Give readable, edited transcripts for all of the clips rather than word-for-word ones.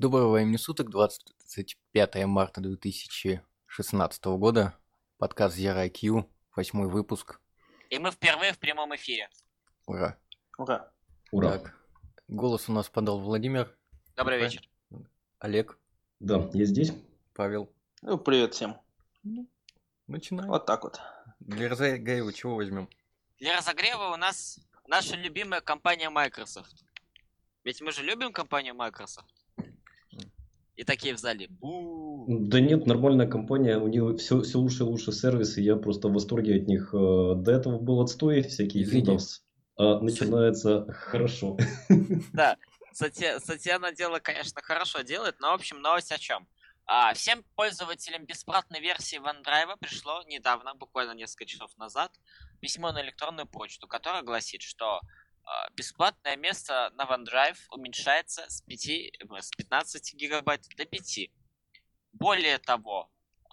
Доброго времени суток, 25 марта 2016 года, подкаст Zero IQ, 8 выпуск. И мы впервые в прямом эфире. Ура. Ура. Ура. Так, голос у нас подал Владимир. Добрый вечер. Олег. Да, я здесь. Павел. Ну, привет всем. Начинаем. Вот так вот. Для разогрева чего возьмем? Для разогрева у нас наша любимая компания Microsoft. Ведь мы же любим компанию Microsoft. И такие в зале. Бу. Да нет, нормальная компания, у нее все лучше и лучше сервисы, я просто в восторге от них. До этого был отстой, всякие Извини. Windows, а начинается хорошо. Да, Сатьяна дело, конечно, хорошо делает, но, в общем, новость о чем? Всем пользователям бесплатной версии OneDrive пришло недавно, буквально несколько часов назад, письмо на электронную почту, которое гласит, что бесплатное место на OneDrive уменьшается с 15 гигабайт до 5. Более того,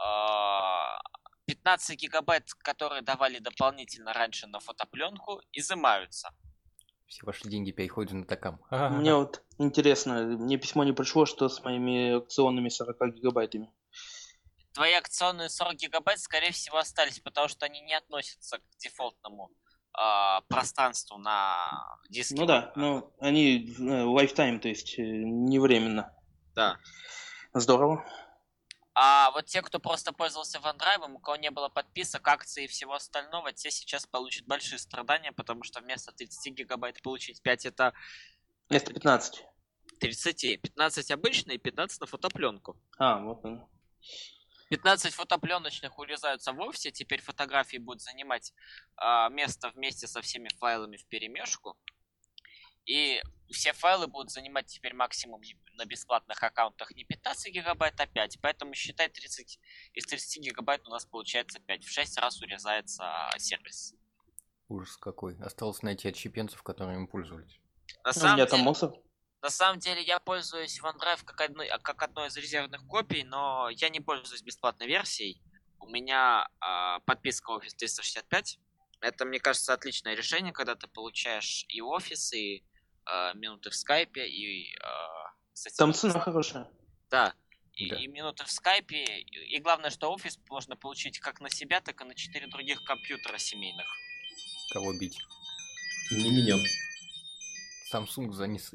15 гигабайт, которые давали дополнительно раньше на фотопленку, изымаются. Все ваши деньги переходят на такам. Мне вот интересно, мне письмо не пришло, что с моими акционными 40 гигабайтами. Твои акционные 40 гигабайт, скорее всего, остались, потому что они не относятся к дефолтному пространству на диске. Ну да, но они lifetime, то есть не временно. Да. Здорово. А вот те, кто просто пользовался OneDrive, у кого не было подписок, акций и всего остального, те сейчас получат большие страдания, потому что вместо 30 гигабайт получить 5 это... Вместо 15. 30. 15 обычные и 15 на фотопленку. Вот он. 15 фотопленочных урезаются вовсе, теперь фотографии будут занимать место вместе со всеми файлами вперемешку. И все файлы будут занимать теперь максимум на бесплатных аккаунтах не 15 гигабайт, а 5. Поэтому считай, 30 из 30 гигабайт у нас получается 5. В 6 раз урезается сервис. Ужас какой. Осталось найти отщепенцев, которыми пользовались. На У меня там мусор. На самом деле я пользуюсь OneDrive как одной из резервных копий, но я не пользуюсь бесплатной версией. У меня подписка Office 365. Это, мне кажется, отличное решение, когда ты получаешь и Office, и минуты в скайпе, и... кстати, Там цена хорошая. Да. Да. И минуты в скайпе. И главное, что Office можно получить как на себя, так и на 4 других компьютера семейных. Кого бить? Не меня. Samsung занесли.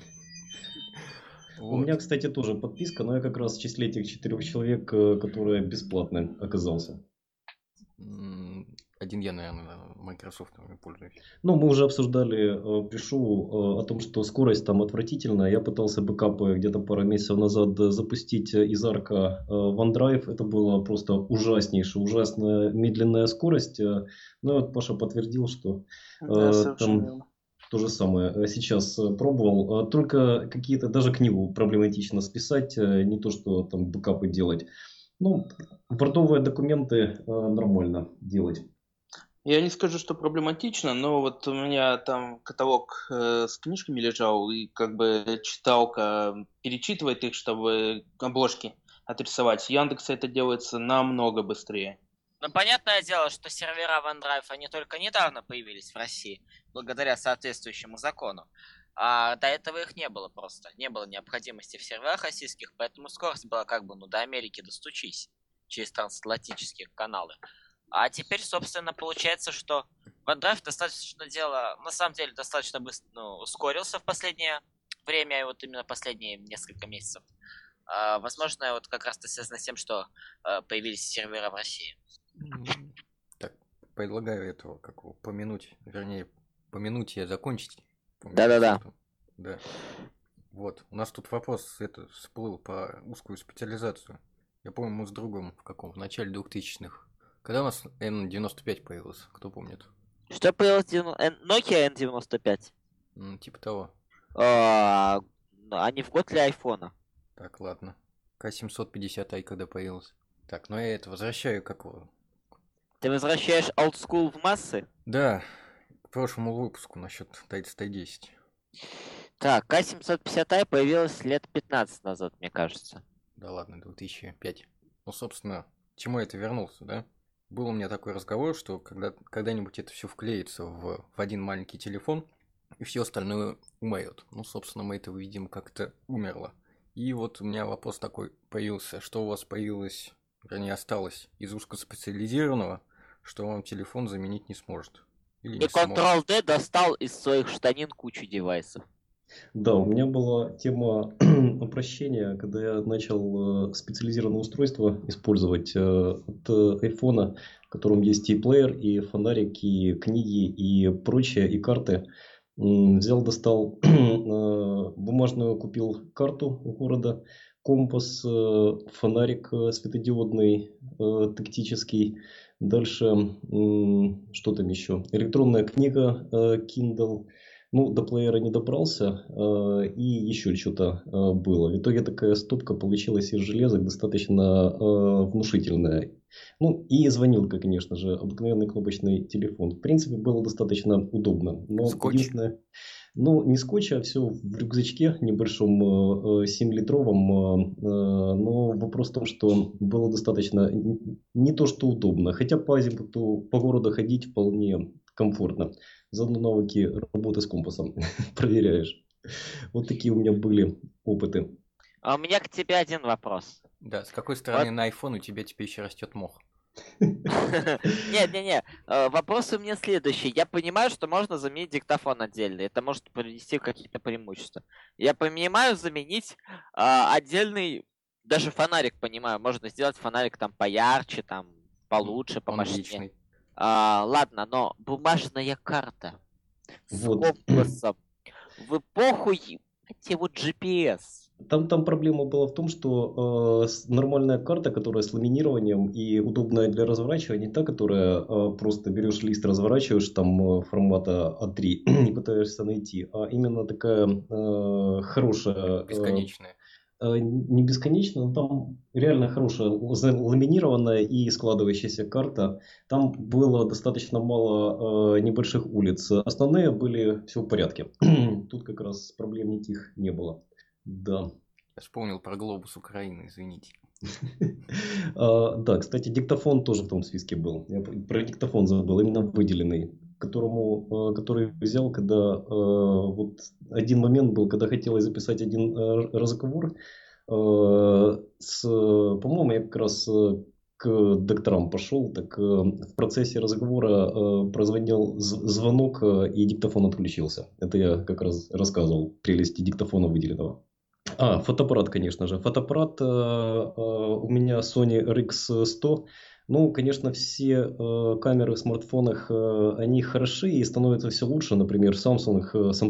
У меня, кстати, тоже подписка, но я как раз в числе этих 4 человек, которые бесплатные, оказался. Один я, наверное, Microsoft пользуюсь. Ну, мы уже обсуждали, пишу о том, что скорость там отвратительная. Я пытался бэкапы где-то пару месяцев назад запустить из арка OneDrive. Это было просто ужасная медленная скорость. Ну, вот Паша подтвердил, что Да, совершенно там верно. то же самое сейчас пробовал. Только какие-то, даже книгу проблематично списать, не то, что там бэкапы делать. Ну, вордовые документы нормально делать. Я не скажу, что проблематично, но вот у меня там каталог с книжками лежал, и как бы читалка перечитывает их, чтобы обложки отрисовать. С Яндекса это делается намного быстрее. Но понятное дело, что сервера OneDrive, они только недавно появились в России, благодаря соответствующему закону. А до этого их не было просто. Не было необходимости в серверах российских, поэтому скорость была как бы, до Америки достучись через трансатлантические каналы. А теперь, собственно, получается, что OneDrive на самом деле достаточно быстро ускорился в последнее время, и вот именно последние несколько месяцев. Возможно, вот как раз-то связано с тем, что появились сервера в России. Так, предлагаю этого, помянуть закончить. Да-да-да. Да. Вот, у нас тут вопрос всплыл по узкую специализацию. Я помню, мы с другом в начале 2000-х. Когда у нас N95 появился, кто помнит? Что появилось? Nokia N95? Типа того. А не в год ли айфона? Так, ладно. К750i когда появился. Так, ну я возвращаю Ты возвращаешь old school в массы? Да, к прошлому выпуску насчет T10. Так, К750i появилась лет 15 назад, мне кажется. Да ладно, 2005. Ну, собственно, к чему я вернулся, да? Был у меня такой разговор, что когда-нибудь это все вклеится в один маленький телефон, и все остальное умрет. Ну, собственно, мы это увидим, как-то умерло. И вот у меня вопрос такой появился. Что у вас появилось, вернее, осталось из узкоспециализированного, что вам телефон заменить не сможет? Или И не сможет? Ctrl-D достал из своих штанин кучу девайсов. Да, у меня была тема упрощения, когда я начал специализированное устройство использовать от айфона, в котором есть и плеер, и фонарик, и книги, и прочее, и карты. Взял, достал бумажную, купил карту города, компас, фонарик светодиодный, тактический. Дальше, что там еще? Электронная книга, Kindle. Ну, до плеера не добрался, и еще что-то было. В итоге такая стопка получилась из железок достаточно внушительная. Ну, и звонилка, конечно же, обыкновенный кнопочный телефон. В принципе, было достаточно удобно. Но Скотч? единственное, ну, не скотч, а все в рюкзачке небольшом, 7-литровом. Но вопрос в том, что было достаточно не то что удобно. Хотя по азимуту по городу ходить вполне комфортно. Заодно навыки работы с компасом проверяешь. Вот такие у меня были опыты. А у меня к тебе один вопрос. Да, с какой стороны на iPhone у тебя теперь еще растет мох? Не-не-не, вопрос у меня следующий. Я понимаю, что можно заменить диктофон отдельно. Это может принести какие-то преимущества. Я понимаю заменить отдельный, даже фонарик понимаю. Можно сделать фонарик там поярче, там получше, Он помощнее. вечный. Ладно, но бумажная карта с Вот. компасом в эпоху вот GPS. Там проблема была в том, что нормальная карта, которая с ламинированием и удобная для разворачивания, не та, которая просто берешь лист, разворачиваешь там формата А3 и пытаешься найти, а именно такая хорошая. Бесконечная. Не бесконечно, но там реально хорошая ламинированная и складывающаяся карта. Там было достаточно мало небольших улиц. Основные были все в порядке. Тут как раз проблем никаких не было. Да. Я вспомнил про глобус Украины, извините. Да, кстати, диктофон тоже в том списке был. Я про диктофон забыл, именно выделенный, который взял, когда вот один момент был, когда хотелось записать один разговор. По-моему, я как раз к докторам пошел, так в процессе разговора прозвонил звонок, и диктофон отключился. Это я как раз рассказывал прелести диктофона выделенного. Фотоаппарат, конечно же. Фотоаппарат у меня Sony RX100. Ну, конечно, все камеры в смартфонах, они хороши и становятся все лучше. Например, Samsung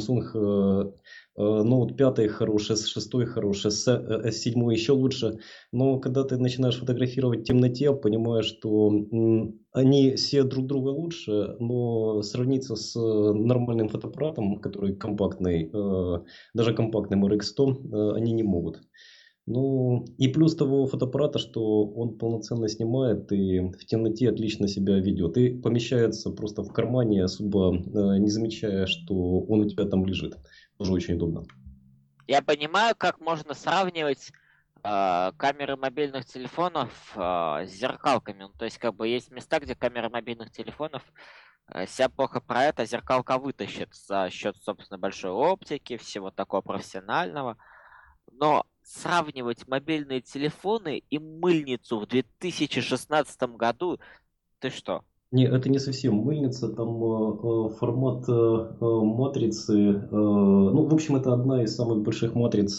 Note 5 хороший, S6 хороший, S7 еще лучше. Но когда ты начинаешь фотографировать в темноте, понимаешь, что они все друг друга лучше, но сравниться с нормальным фотоаппаратом, который компактный, даже компактным RX100, они не могут. Ну, и плюс того фотоаппарата, что он полноценно снимает и в темноте отлично себя ведет. И помещается просто в кармане, особо не замечая, что он у тебя там лежит. Тоже очень удобно. Я понимаю, как можно сравнивать камеры мобильных телефонов с зеркалками. Ну, то есть, как бы есть места, где камеры мобильных телефонов себя плохо про это, зеркалка вытащит за счет, собственно, большой оптики, всего такого профессионального. Но сравнивать мобильные телефоны и мыльницу в 2016 году, ты что? Не, это не совсем мыльница, там формат матрицы. Ну, в общем, это одна из самых больших матриц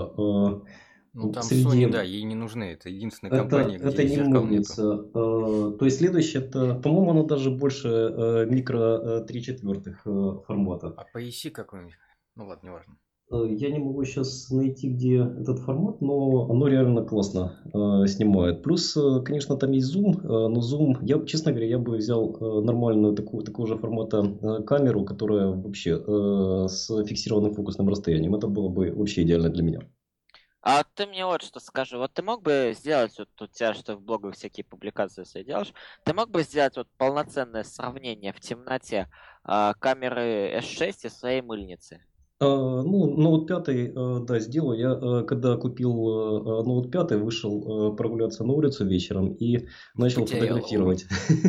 Ну, там среди... Sony, да, ей не нужны. Это единственная компания, где Это не зеркал нету. мыльница. То есть следующее, это, по-моему, она даже больше микро 3/4 формата. А пояси какой-нибудь? Ну ладно, неважно. Я не могу сейчас найти, где этот формат, но оно реально классно снимает. Плюс, конечно, там есть зум, но зум, честно говоря, я бы взял нормальную такого же формата камеру, которая вообще с фиксированным фокусным расстоянием. Это было бы вообще идеально для меня. А ты мне вот что скажи, вот ты мог бы сделать, вот у тебя что в блогах всякие публикации свои делаешь, ты мог бы сделать вот полноценное сравнение в темноте камеры S6 и своей мыльницы? Ну, Note 5, да, сделал. Я, когда купил Note 5, вышел прогуляться на улицу вечером и начал Потерял фотографировать.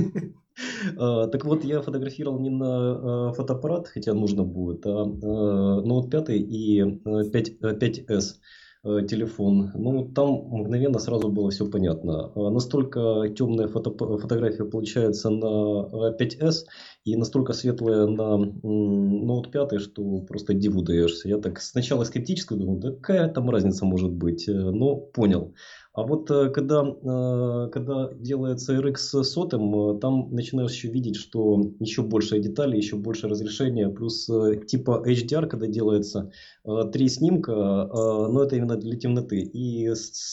Так вот, я фотографировал не на фотоаппарат, хотя нужно будет, а Note 5 и 5S. телефон. Ну, там мгновенно сразу было все понятно. Настолько темная фотография получается на 5S и настолько светлая на Note 5, что просто диву даешься. Я так сначала скептически думал, да какая там разница может быть, но понял. А вот когда делается RX сотым, там начинаешь еще видеть, что еще больше деталей, еще больше разрешения, плюс типа HDR, когда делается 3 снимка, но это именно для темноты, и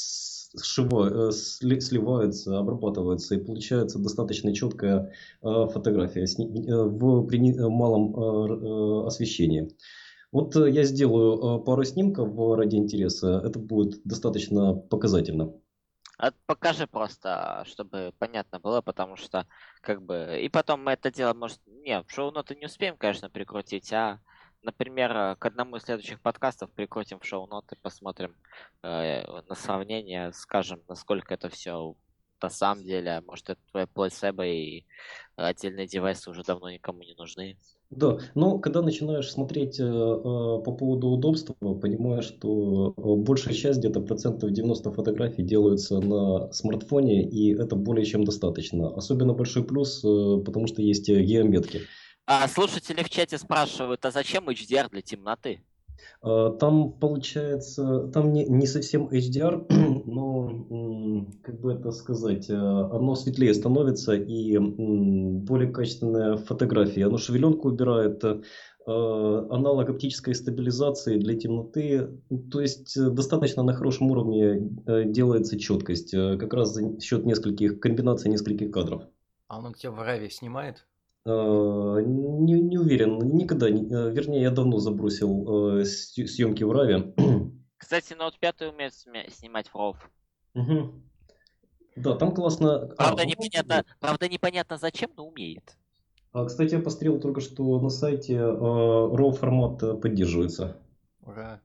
сливаются, обрабатываются, и получается достаточно четкая фотография при малом освещении. Вот я сделаю пару снимков ради интереса. Это будет достаточно показательно. Покажи просто, чтобы понятно было, потому что, как бы, и потом мы это дело, может, не, в шоу-ноты не успеем, конечно, прикрутить, например, к одному из следующих подкастов прикрутим в шоу-ноты, посмотрим на сравнение, скажем, насколько это все на самом деле, может, это твоя плейсеба и отдельные девайсы уже давно никому не нужны. Да, но когда начинаешь смотреть по поводу удобства, понимаешь, что большая часть, где-то 90% фотографий делаются на смартфоне, и это более чем достаточно. Особенно большой плюс, потому что есть геометки. Слушатели в чате спрашивают, а зачем HDR для темноты? Там получается, там не совсем HDR, но, как бы это сказать, оно светлее становится и более качественная фотография. Оно шевеленку убирает, аналог оптической стабилизации для темноты, то есть достаточно на хорошем уровне делается четкость, как раз за счет комбинаций нескольких кадров. А он тебя в RAW снимает? Не уверен, никогда, вернее, я давно забросил съемки в RAW. Кстати, Note 5 умеет снимать в RAW. Угу. Да, там классно. Правда, непонятно зачем, но умеет. Кстати, я посмотрел только что на сайте, RAW формат поддерживается. Ура.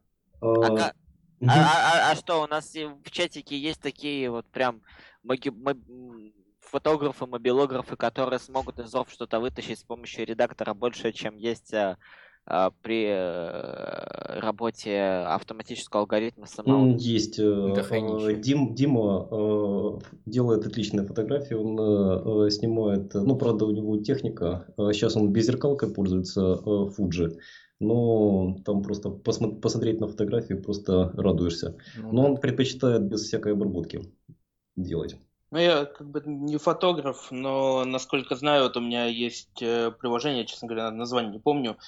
Что, у нас в чатике есть такие вот прям фотографы, мобилографы, которые смогут из RAW что-то вытащить с помощью редактора больше, чем есть при работе автоматического алгоритма самого. Есть. Дима делает отличные фотографии, он снимает, ну, правда, у него техника, сейчас он беззеркалкой пользуется, Fuji, но там просто посмотреть на фотографии просто радуешься. Но он предпочитает без всякой обработки делать. Ну, я как бы не фотограф, но, насколько знаю, вот у меня есть приложение, честно говоря, название не помню,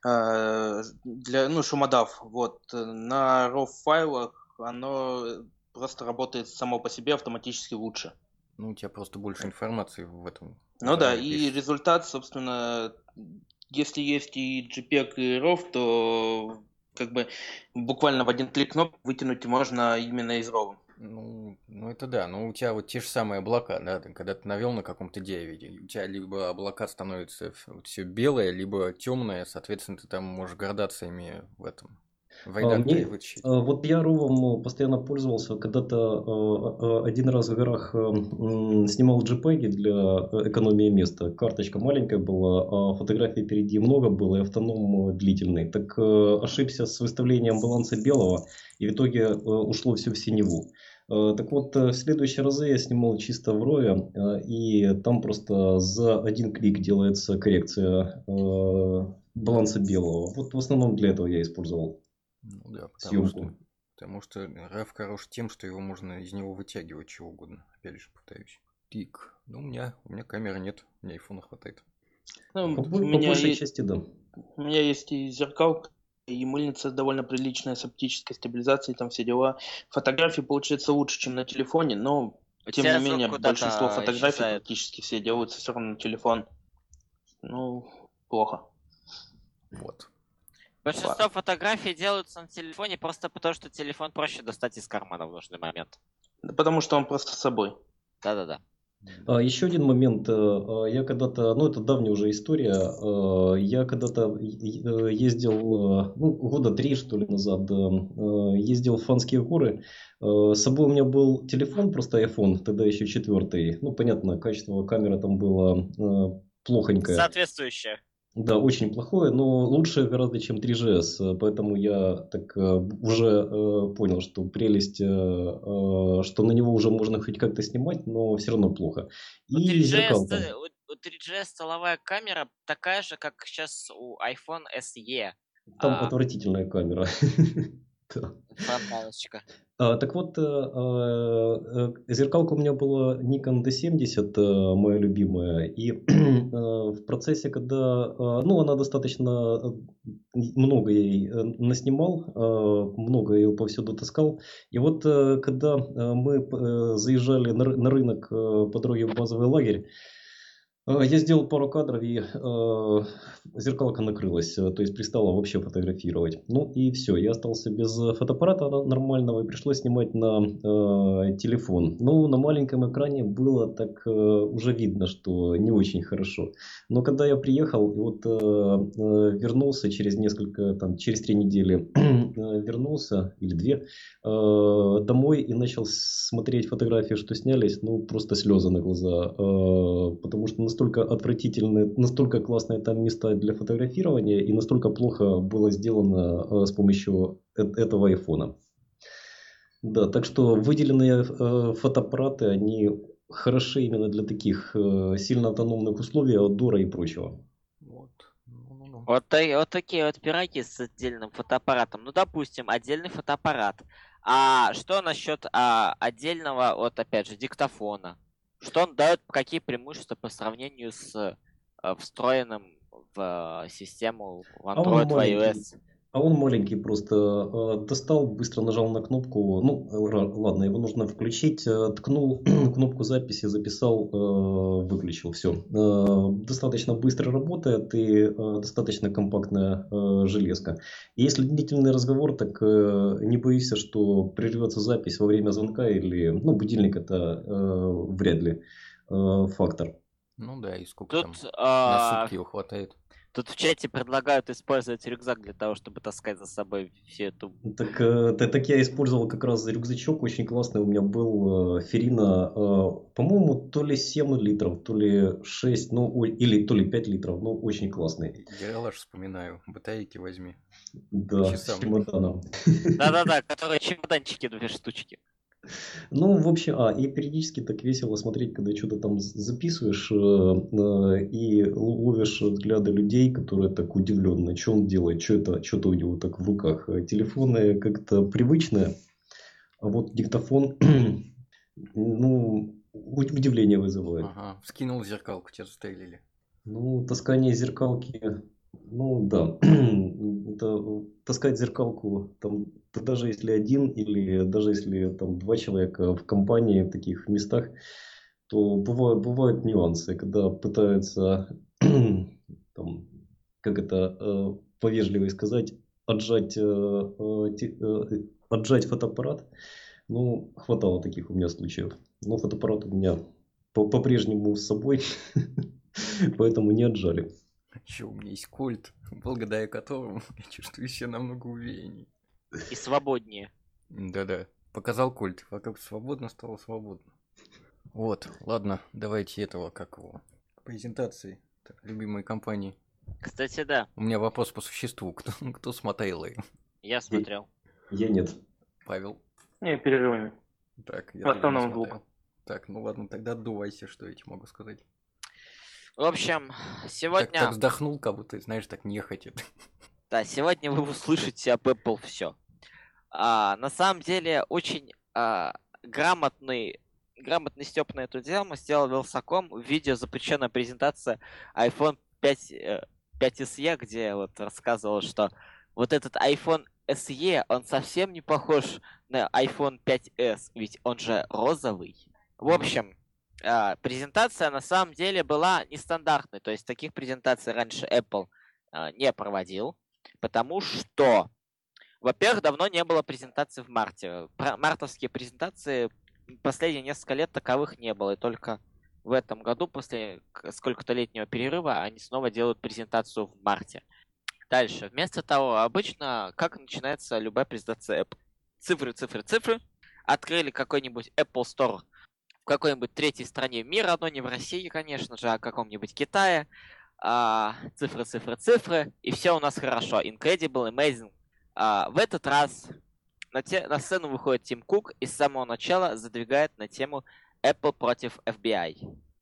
для, шумодав. Вот, на RAW файлах оно просто работает само по себе автоматически лучше. Ну, у тебя просто больше информации в этом. Ну да, и результат, собственно, если есть и JPEG, и RAW, то как бы буквально в один клик кнопки вытянуть можно именно из RAW. Ну, это да, но у тебя вот те же самые облака, да, когда ты навел на каком-то дереве, у тебя либо облака становятся все белое, либо темное, соответственно, ты там можешь градациями в редакторе вытащить. Вот я RAW постоянно пользовался, когда-то один раз в горах снимал JPEG для экономии места, карточка маленькая была, а фотографий впереди много было и автоном длительный, так ошибся с выставлением баланса белого, и в итоге ушло все в синеву. Так вот, в следующие разы я снимал чисто в RAW, и там просто за один клик делается коррекция баланса белого. Вот в основном для этого я использовал. Ну да, съемку. Потому что RAW хорош тем, что его можно из него вытягивать чего угодно. Опять же, повторюсь. Тик. Ну, у меня камеры нет, у меня айфона хватает. Ну, по большей части, да. У меня есть и зеркалка, и мыльница довольно приличная с оптической стабилизацией, там все дела. Фотографии получается лучше, чем на телефоне, но тем не менее большинство фотографий практически все делаются все равно на телефон. Ну, плохо. Вот. Большинство фотографий делаются на телефоне просто потому, что телефон проще достать из кармана в нужный момент. Да потому что он просто с собой. Да-да-да. Еще один момент. Я когда-то, это давняя уже история, я когда-то ездил, года 3 что ли назад, ездил в Фанские горы. С собой у меня был телефон, просто iPhone, тогда еще 4. Ну, понятно, качество камеры там было плохонькое. Соответствующее. Да, очень плохое, но лучше гораздо, чем 3GS. Поэтому я так уже понял, что прелесть, что на него уже можно хоть как-то снимать, но все равно плохо. У И 3GS, зеркалка. у 3GS столовая камера такая же, как сейчас у iPhone SE. Там отвратительная камера. Да. Фронталочка. Так вот, зеркалка у меня была Nikon D70, моя любимая. И в процессе, когда, ну, она достаточно много я ей наснимал, много я ее повсюду таскал. И вот когда мы заезжали на рынок по дороге в базовый лагерь, я сделал пару кадров, и зеркалка накрылась, то есть перестала вообще фотографировать. Ну и все, я остался без фотоаппарата нормального, и пришлось снимать на телефон. Ну, на маленьком экране было так уже видно, что не очень хорошо. Но когда я приехал, и вот вернулся через несколько, там, через 3 недели, вернулся, или 2, домой и начал смотреть фотографии, что снялись, ну, просто слезы на глаза, потому что настолько отвратительные, настолько классные там места для фотографирования, и настолько плохо было сделано с помощью этого айфона. Да, так что выделенные фотоаппараты, они хороши именно для таких сильно автономных условий, аутдора и прочего. Вот. Ну-ну-ну. Вот такие вот пироги с отдельным фотоаппаратом. Ну, допустим, отдельный фотоаппарат. А что насчет отдельного, вот опять же, диктофона? Что он дает, какие преимущества по сравнению с встроенным в систему в А он Android, в маленький. iOS? А он маленький, просто достал, быстро нажал на кнопку. Ну, ладно, его нужно включить. Ткнул кнопку записи, записал, выключил. Все. Достаточно быстро работает и достаточно компактная железка. И если длительный разговор, так не боишься, что прервется запись во время звонка или, ну, будильник это вряд ли фактор. Ну да, и сколько там? Тут, На сутки его хватает. тут в чате предлагают использовать рюкзак для того, чтобы таскать за собой всю эту... Так я использовал как раз рюкзачок, очень классный у меня был Ферина, по-моему, то ли 7 литров, то ли 6, ну, или то ли 5 литров, ну, очень классный. Ералаш вспоминаю. Батарейки возьми. Да, с Часам. чемоданом. Да-да-да, которые чемоданчики, 2 штучки. Ну, в общем, и периодически так весело смотреть, когда что-то там записываешь и ловишь взгляды людей, которые так удивлены, что он делает, что-то у него так в руках. Телефоны как-то привычные, а вот диктофон, ну, удивление вызывает. Ага. Скинул зеркалку, тебя застрелили. Ну, таскание зеркалки, ну да, это таскать зеркалку, там, даже если один или даже если там 2 человека в компании в таких местах, то бывают нюансы, когда пытаются, там, как это повежливее сказать, отжать, отжать фотоаппарат. Ну, хватало таких у меня случаев. Но фотоаппарат у меня по-прежнему с собой, поэтому не отжали. Еще у меня есть кольт, благодаря которому я чувствую себя намного уверенней. И свободнее. Да-да. Показал кольт. Вокруг свободно, стало свободно. Вот, ладно, давайте этого, как его, к презентации любимой компании. Кстати, да, У меня вопрос по существу. Кто смотрел ее? я смотрел. Я нет. Павел? Не, перерывами. Так, я В тоже не основном смотрел. звук. Так, ну ладно, тогда отдувайся, что я тебе могу сказать. В общем, Так сегодня... вздохнул, как будто, знаешь, так нехотя. Да, сегодня вы услышите об Apple все. На самом деле, очень грамотный стёб на эту тему сделал Вилсаком в видео «Запрещенная презентация iPhone 5 SE», где вот рассказывал, что вот этот iPhone SE, он совсем не похож на iPhone 5s, ведь он же розовый. В общем, презентация на самом деле была нестандартной, то есть таких презентаций раньше Apple не проводил, потому что, во-первых, давно не было презентаций в марте. Мартовские презентации последние несколько лет таковых не было, и только в этом году, после сколько-то летнего перерыва, они снова делают презентацию в марте. Дальше. Вместо того, обычно, как начинается любая презентация Apple? Цифры, цифры, цифры. Открыли какой-нибудь Apple Store в какой-нибудь третьей стране мира, но не в России, конечно же, а в каком-нибудь Китае. Цифры, цифры, цифры, и все у нас хорошо. Incredible, amazing. В этот раз на сцену выходит Тим Кук и с самого начала задвигает на тему Apple против FBI.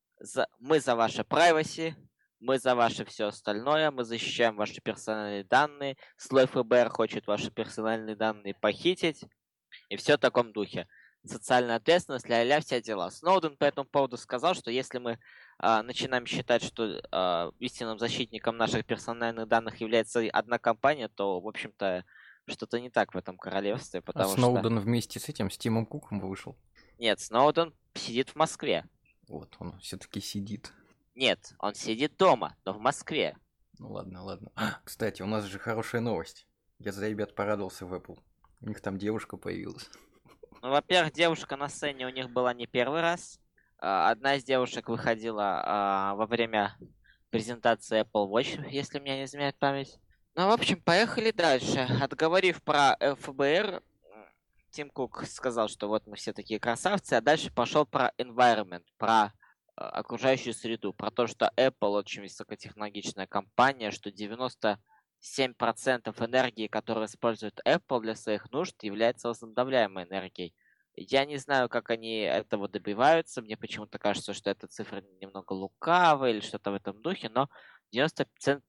Мы за ваше privacy, мы за ваше все остальное, мы защищаем ваши персональные данные, слой ФБР хочет ваши персональные данные похитить, и все в таком духе. Социальная ответственность, ля-ля, все дела. Сноуден по этому поводу сказал, что если мы начинаем считать, что истинным защитником наших персональных данных является одна компания, то, в общем-то, что-то не так в этом королевстве, потому Сноуден вместе с этим, с Тимом Куком вышел? Нет, Сноуден сидит в Москве. Вот, он все-таки сидит. Нет, он сидит дома, но в Москве. Ну ладно. Кстати, у нас же хорошая новость. Я за ребят порадовался в Apple. У них там девушка появилась. Ну, во-первых, девушка на сцене у них была не первый раз. Одна из девушек выходила во время презентации Apple Watch, если меня не изменяет память. Ну, в общем, поехали дальше. Отговорив про ФБР, Тим Кук сказал, что вот мы все такие красавцы, а дальше пошел про environment, про окружающую среду, про то, что Apple очень высокотехнологичная компания, что 97% энергии, которую использует Apple для своих нужд, является возобновляемой энергией. Я не знаю, как они этого добиваются, мне почему-то кажется, что эта цифра немного лукавая или что-то в этом духе, но 97%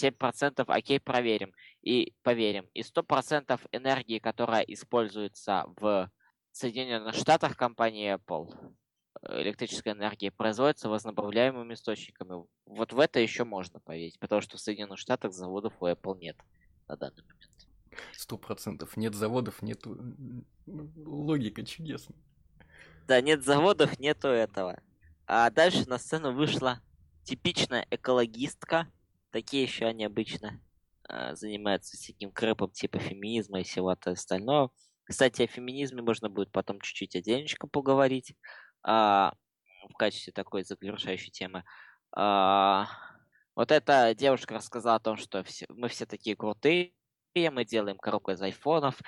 окей, проверим и поверим. И 100% энергии, которая используется в Соединенных Штатах компании Apple, электрическая энергия, производится возобновляемыми источниками. Вот в это еще можно поверить, потому что в Соединенных Штатах заводов у Apple нет на данный момент. 100%. Нет заводов, нету... Логика чудесная. Да, нет заводов, нету этого. А дальше на сцену вышла типичная экологистка. Такие еще они обычно занимаются всяким крэпом типа феминизма и всего остального. Кстати, о феминизме можно будет потом чуть-чуть отдельно поговорить в качестве такой завершающей темы. Вот эта девушка рассказала о том, что мы все такие крутые, мы делаем коробку из айфонов,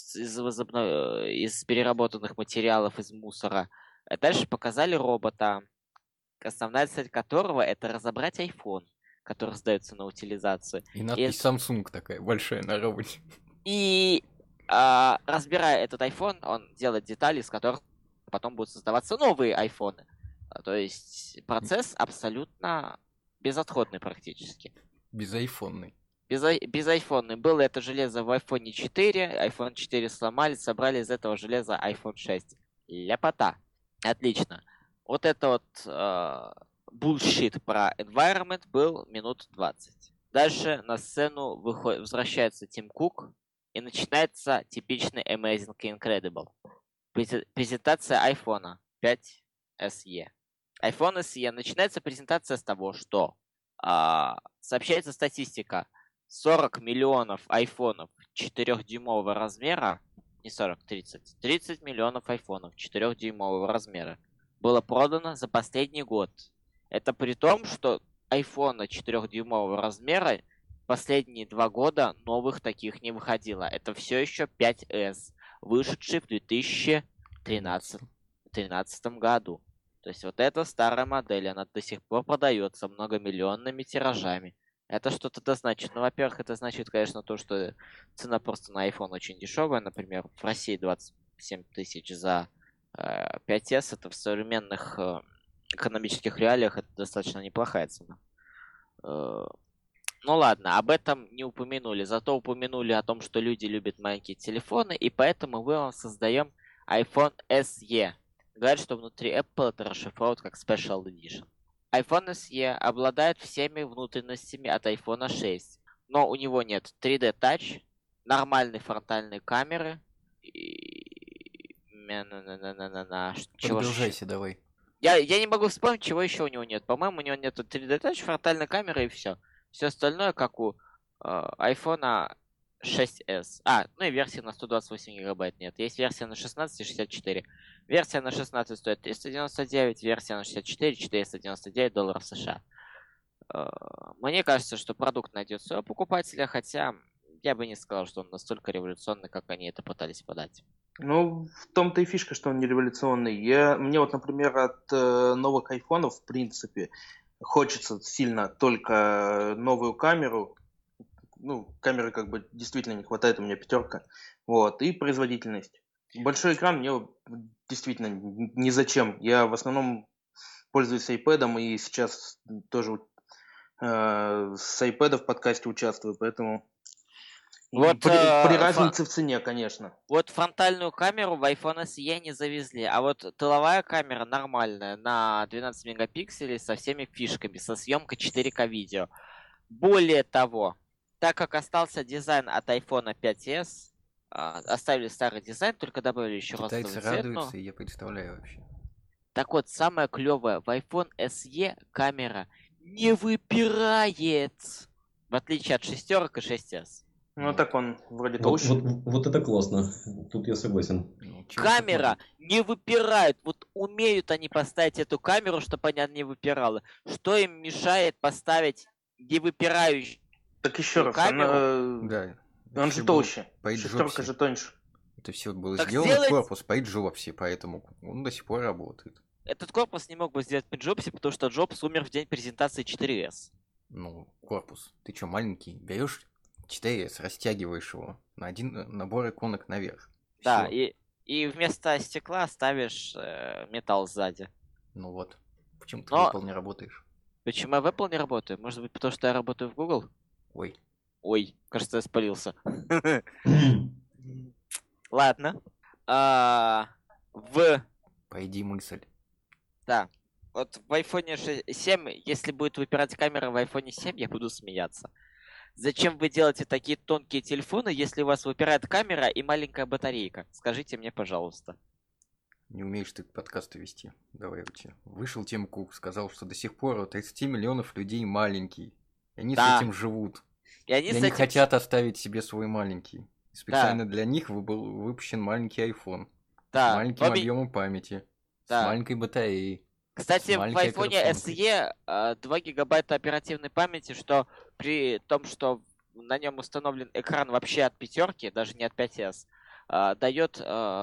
из переработанных материалов, из мусора. А дальше показали робота, основная цель которого это разобрать iPhone, который сдается на утилизацию. И надпись Samsung такая большая на роботе. И разбирая этот iPhone, он делает детали, из которых потом будут создаваться новые айфоны. То есть процесс абсолютно безотходный практически. Безайфонный. Безайфонный. Было это железо в iPhone 4, iPhone 4 сломали, собрали из этого железа iPhone 6. Ляпота. Отлично. Вот это вот bullshit про environment был минут 20. Дальше на сцену возвращается Тим Кук, и начинается типичный Amazing и Incredible. Презентация iPhone 5 SE. iPhone SE. Начинается презентация с того, что сообщается статистика. 40 миллионов айфонов 4-дюймового размера, не 40, 30 миллионов айфонов 4-дюймового размера было продано за последний год. Это при том, что айфона 4-дюймового размера последние 2 года новых таких не выходило. Это все еще 5S, вышедший в 2013 году. То есть вот эта старая модель, она до сих пор продается многомиллионными тиражами. Это что-то да значит. Ну, во-первых, это значит, конечно, то, что цена просто на iPhone очень дешевая. Например, в России 27 тысяч за 5S. Это в современных экономических реалиях это достаточно неплохая цена. Ну ладно, об этом не упомянули. Зато упомянули о том, что люди любят маленькие телефоны, и поэтому мы вам создаем iPhone SE. Говорят, что внутри Apple это расшифровывают как Special Edition. iPhone SE обладает всеми внутренностями от iPhone 6, но у него нет 3D Touch, нормальной фронтальной камеры и... Продолжайся, давай. Я не могу вспомнить, чего еще у него нет. По-моему, у него нет 3D Touch, фронтальной камеры и все. Все остальное, как у iPhone 6s. Ну и версии на 128 гигабайт нет. Есть версия на 16 и 64. Версия на 16 стоит 399, версия на 64 $499 США. Мне кажется, что продукт найдет своего покупателя, хотя я бы не сказал, что он настолько революционный, как они это пытались подать. Ну, в том-то и фишка, что он не революционный. Мне вот, например, от новых айфонов, в принципе, хочется сильно только новую камеру. Ну, камеры как бы действительно не хватает, у меня 5. Вот, и производительность. Большой экран мне действительно ни зачем. Я в основном пользуюсь iPad, и сейчас тоже с iPad в подкасте участвую, поэтому Вот, при разнице в цене, конечно. Вот фронтальную камеру в iPhone SE не завезли, а вот тыловая камера нормальная, на 12 мегапикселей со всеми фишками, со съемкой 4К видео. Более того, так как остался дизайн от iPhone 5s, оставили старый дизайн, только добавили еще Китайцы ростовый цвет. радуются, и я представляю вообще. Так вот, самое клевое, в iPhone SE камера не выпирает, в отличие от шестерок и 6s. Ну, так он вроде Вот, толще. вот это классно. Тут я согласен. Ну, чего Камера тут не выпирает. Вот умеют они поставить эту камеру, чтобы она не выпирала. Что им мешает поставить не выпирающую Так еще раз, камеру? можно? Да. он Всё же было толще. по эйджу Шестерка все. же тоньше. Это все было Так сделано сделать- корпус по эйджу вообще, поэтому он до сих пор работает. Этот корпус не мог бы сделать при Джобсе, потому что Джобс умер в день презентации 4S. Ну, корпус. Ты что, маленький? Берешь 4S, растягиваешь его на один набор иконок наверх. Да, Всё. и вместо стекла ставишь металл сзади. Ну вот. Почему ты Но- в Apple не работаешь? Почему я в Apple не работаю? Может быть, потому что я работаю в Google? Ой. Ой, кажется, я спалился. Ладно. Пойди мысль. Да. Вот в iPhone 7, если будет выпирать камера в iPhone 7, я буду смеяться. Зачем вы делаете такие тонкие телефоны, если у вас выпирает камера и маленькая батарейка? Скажите мне, пожалуйста. Не умеешь ты подкасты вести. Давай я тебе. Вышел Тим Кук, сказал, что до сих пор у 30 миллионов людей маленький. И они Да. с этим живут. И они И с они этим... хотят оставить себе свой маленький. И специально для них был выпущен маленький iPhone. С Да. маленьким объемом памяти. Да. С маленькой батареей. Кстати, с в маленькой iPhone операционкой. SE 2 гигабайта оперативной памяти, что при том, что на нем установлен экран вообще от 5, даже не от 5s, дает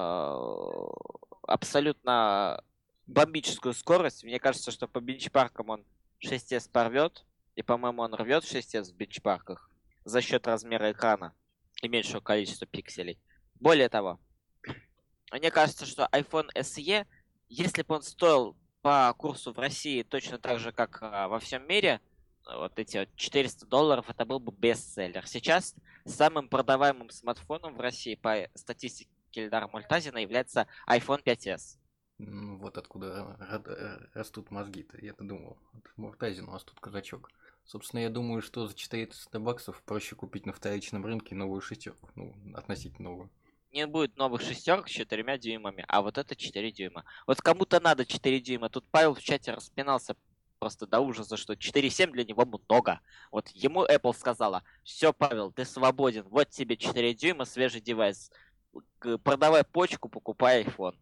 абсолютно бомбическую скорость. Мне кажется, что по бенчмаркам он 6s порвет, и, по-моему, он рвет 6s в бенчмарках за счет размера экрана и меньшего количества пикселей. Более того, мне кажется, что iPhone SE, если бы он стоил по курсу в России точно так же, как во всем мире, вот эти вот $400, это был бы бестселлер. Сейчас самым продаваемым смартфоном в России по статистике Эльдара Мультазина является iPhone 5s. Ну, вот откуда растут мозги-то. Я-то думал, от Муртазина у нас тут казачок. Собственно, я думаю, что за 400 баксов проще купить на вторичном рынке новую шестерку. Ну, относительно новую. Не будет новых шестерок с 4 дюймами, а вот это 4 дюйма. Вот кому-то надо 4 дюйма. Тут Павел в чате распинался просто до ужаса, что 4,7 для него много. Вот ему Apple сказала: все, Павел, ты свободен, вот тебе 4 дюйма, свежий девайс. Продавай почку, покупай iPhone.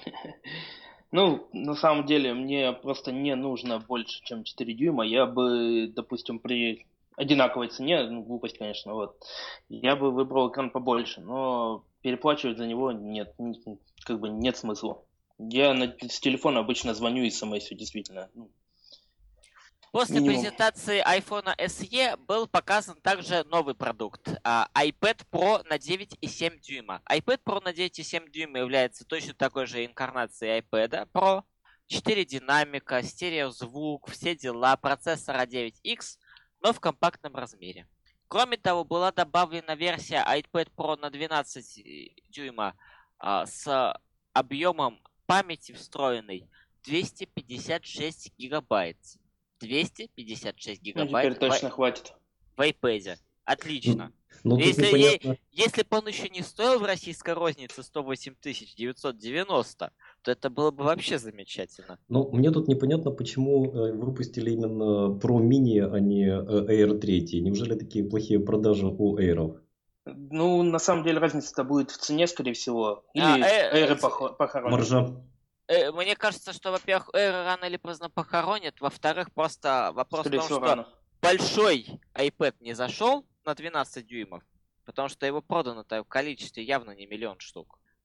Ну, на самом деле, мне просто не нужно больше, чем 4 дюйма. Я бы, допустим, при одинаковой цене, ну, глупость, конечно, вот, я бы выбрал экран побольше, но переплачивать за него нет, как бы нет смысла. Я с телефона обычно звоню и смс-ю, действительно. После Минимум. презентации iPhone SE был показан также новый продукт iPad Pro на 9,7 дюйма. iPad Pro на 9,7 дюйма является точно такой же инкарнацией iPad Pro. 4 динамика, стереозвук, все дела, процессор A9X, но в компактном размере. Кроме того, была добавлена версия iPad Pro на 12 дюйма с объемом памяти встроенной 256 гигабайт. 256 Ну, гигабайт теперь точно хватит. в iPad. Отлично. Ну, тут Если, непонятно. если бы он еще не стоил в российской рознице 108 990, то это было бы вообще замечательно. Ну, мне тут непонятно, почему выпустили именно Pro Mini, а не Air 3. Неужели такие плохие продажи у Air? Ну, на самом деле, разница-то будет в цене, скорее всего. Или Air похоронят. Маржа. Мне кажется, что, во-первых, Air рано или поздно похоронят, во-вторых, просто вопрос в Скорее том, всего, что рано. большой iPad не зашел на 12 дюймов, потому что его продано-то в количестве явно не 1 000 000 штук.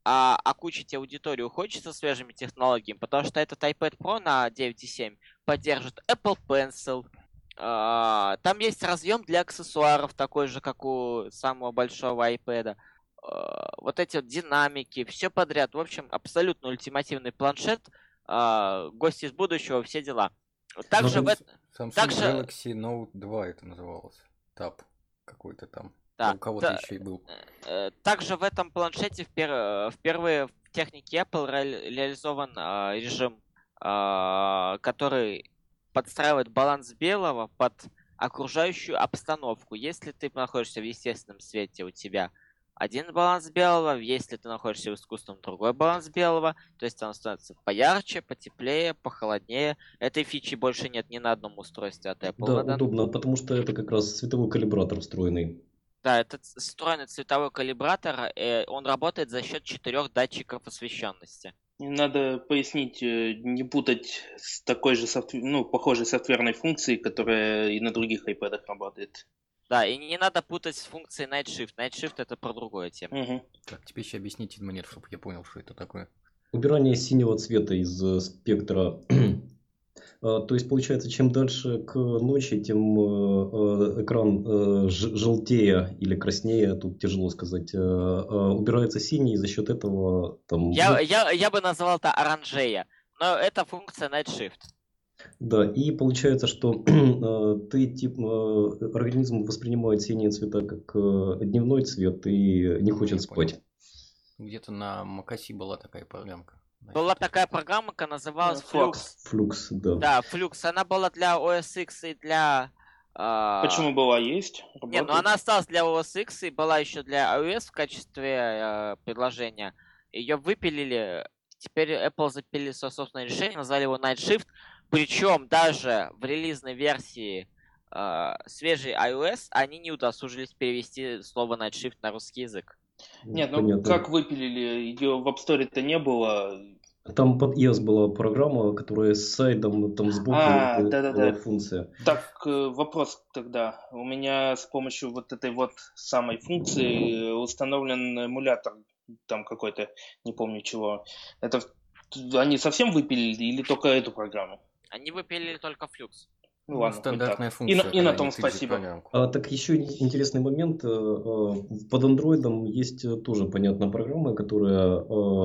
окучить аудиторию хочется свежими технологиями, потому что этот iPad Pro на 9.7 поддержит Apple Pencil. Там есть разъем для аксессуаров, такой же, как у самого большого iPad. Вот эти вот динамики, все подряд. В общем, абсолютно ультимативный планшет. Гости из будущего, все дела. Также в Samsung также, Galaxy Note 2 это называлось. Tab какой-то там. да, У кого-то еще и был. также в этом планшете впервые в технике Apple реализован режим, который подстраивает баланс белого под окружающую обстановку. Если ты находишься в естественном свете, у тебя один баланс белого, если ты находишься в искусственном, другой баланс белого, то есть он становится поярче, потеплее, похолоднее. Этой фичи больше нет ни на одном устройстве от Apple. Да, удобно, потому что это как раз цветовой калибратор встроенный. Да, это встроенный цветовой калибратор, он работает за счет 4 датчиков освещенности. Надо пояснить, не путать с такой же похожей софтверной функцией, которая и на других iPad работает. Да, и не надо путать с функцией Night Shift. Night Shift это про другое тема. Угу. Так, теперь еще объясните мне, чтобы я понял, что это такое. Убирание синего цвета из спектра. То есть, получается, чем дальше к ночи, тем экран желтее или краснее, тут тяжело сказать, убирается синий, и за счет этого там... Я бы назвал это оранжея, но это функция Night Shift. Да, и получается, что организм воспринимает синие цвета как дневной цвет и не хочет спать. Где-то на macOS была такая программка. Была такая программка, называлась Flux. Flux, да. Да, Flux. Она была для OS X и для... Почему была? Есть? Не, ну она осталась для OS X и была еще для iOS в качестве предложения. Ее выпилили. Теперь Apple запилили свое собственное решение, назвали его Night Shift. Причем даже в релизной версии свежей iOS они не удосужились перевести слово Night Shift на русский язык. Нет, Понятно. Как выпилили? Ее в App Store-то не было. Там под iOS была программа, которая с сайтом там сбоку была функция. Так, вопрос тогда. У меня с помощью вот этой вот самой функции установлен эмулятор там какой-то, не помню чего. Это они совсем выпилили или только эту программу? Они выпилили только Flux. Ну ладно, стандартная функция. И на том спасибо. Так еще интересный момент. Под Android есть тоже, понятно, программа, которая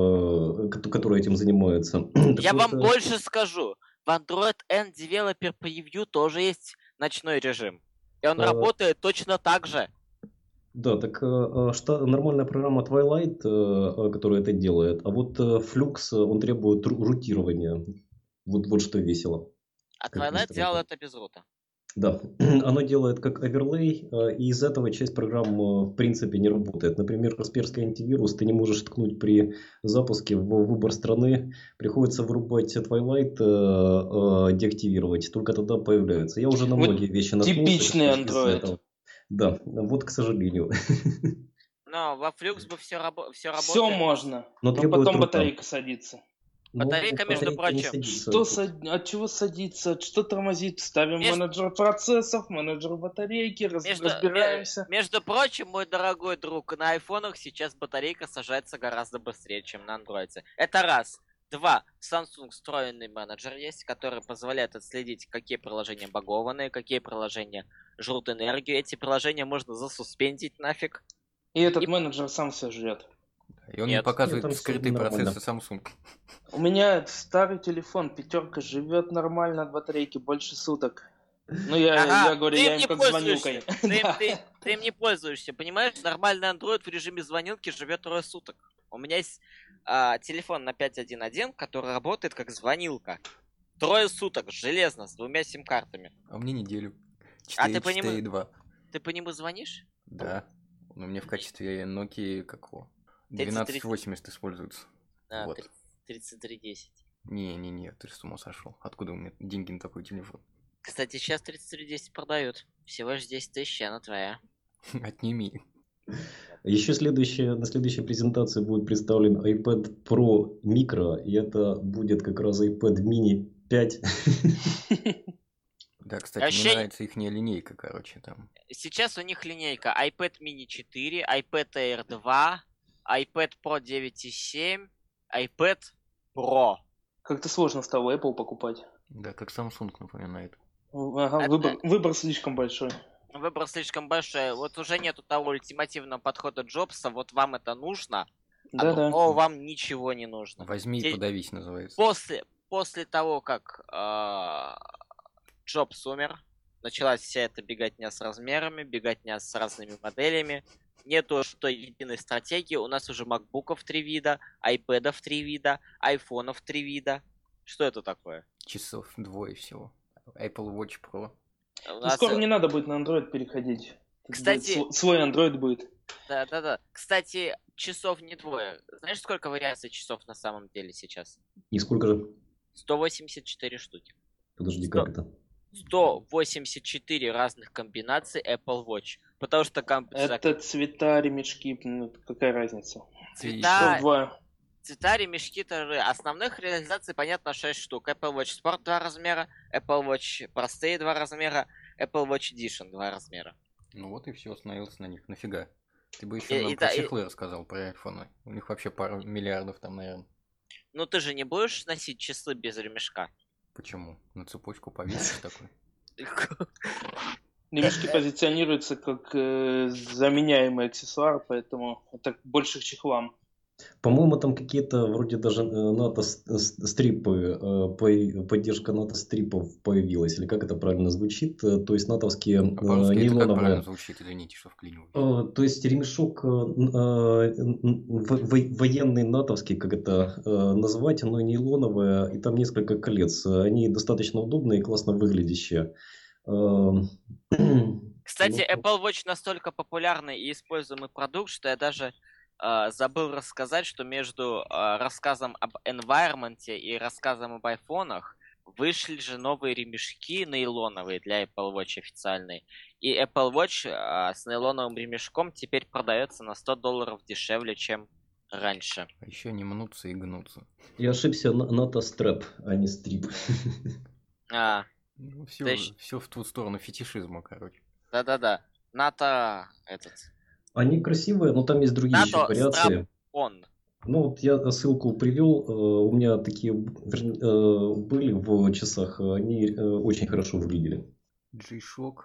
этим занимается. Я вам больше скажу. В Android N Developer Preview тоже есть ночной режим. И он работает точно так же. Да, так нормальная программа Twilight, которая это делает, а вот Flux, он требует рутирования. Вот что весело. А Twilight делал это без рута. Да, оно делает как оверлей, и из этого часть программ в принципе не работает. Например, Касперский антивирус ты не можешь ткнуть при запуске в выбор страны, приходится вырубать Twilight, деактивировать, только тогда появляются. Я уже на многие вещи наткнулся. Типичный Android. Да, вот к сожалению. Но во Flux бы все работает. Все можно, но потом батарейка садится. Батарейка, между прочим. От чего садится? Что тормозит? Ставим менеджер процессов, менеджер батарейки, разбираемся. Между прочим, мой дорогой друг, на айфонах сейчас батарейка сажается гораздо быстрее, чем на андроиде. Это раз. Два. Samsung встроенный менеджер есть, который позволяет отследить, какие приложения багованные, какие приложения жрут энергию. Эти приложения можно засуспендить нафиг. И этот менеджер сам все жрет. И он не показывает скрытые процессы Samsung. У меня старый телефон, 5 живет нормально от батарейки больше суток. Ну, я говорю, я им как звонилкой. Ты им не пользуешься, понимаешь? Нормальный Android в режиме звонилки живет 2 суток. У меня есть телефон на 5.1.1, который работает как звонилка. 3 суток, железно, с 2 сим-картами. А мне неделю. 4.2. Ты по нему звонишь? Да. Но мне в качестве Nokia какого? 1280 используется. А, вот. 3310. Не, ты с ума сошел. Откуда у меня деньги на такой телефон? Кстати, сейчас 3310 продают. Всего лишь 10 тысяч, она твоя. Отними. Еще на следующей презентации будет представлен iPad Pro Micro, и это будет как раз iPad Mini 5. Да, кстати, мне нравится их линейка, короче, там. Сейчас у них линейка iPad Mini 4, iPad Air 2, iPad Pro 9,7, iPad Pro. Как-то сложно стало Apple покупать. Да, как Samsung напоминает. Ага, выбор слишком большой. Выбор слишком большой. Вот уже нету того ультимативного подхода Джобса. Вот вам это нужно, Да-да. но вам ничего не нужно. Возьми и подавись, называется. После того, как Джобс умер, началась вся эта беготня с размерами, беготня с разными моделями. Нету что единой стратегии. У нас уже макбуков 3 вида, айпэдов 3 вида, айфонов 3 вида. Что это такое? Часов 2 всего. Apple Watch Pro. Скоро не надо будет на Android переходить. Кстати, свой Android будет. Да. Кстати, часов не 2. Знаешь, сколько вариаций часов на самом деле сейчас? И сколько же? 184 штуки. Подожди, как это? 184 разных комбинаций Apple Watch. Потому что это цвета, ремешки, какая разница? Цвета, ремешки, основных реализаций, понятно, 6 штук. Apple Watch Sport 2 размера, Apple Watch простые 2 размера, Apple Watch Edition 2 размера. Ну вот и все, остановился на них. Нафига? Ты бы еще нам про чехлы рассказал, про айфоны. У них вообще пару миллиардов там, наверное. Ну ты же не будешь носить часы без ремешка? Почему? На цепочку повесишь такой? Ремешки позиционируются как заменяемый аксессуар, поэтому это больше к чехлам. По-моему, там какие-то вроде даже НАТО-стрипы, поддержка НАТО-стрипов появилась, или как это правильно звучит, то есть натовские нейлоновые... Это как правильно звучит, извините, что вклиниваюсь. То есть ремешок военный натовский, как это назвать, оно нейлоновое, и там несколько колец, они достаточно удобные и классно выглядящие. Кстати, Apple Watch настолько популярный и используемый продукт, что я даже забыл рассказать, что между рассказом об environment и рассказом об айфонах вышли же новые ремешки нейлоновые для Apple Watch официальные. И Apple Watch с нейлоновым ремешком теперь продается на $100 дешевле, чем раньше. А еще не мнутся и гнутся. Я ошибся, НАТО-стрэп, а не стрип. Ну, все в ту сторону фетишизма, короче. Да-да-да. НАТО этот... Они красивые, но там есть другие еще вариации. Ну вот я ссылку привел, у меня такие были в часах, они очень хорошо выглядели. G-Shock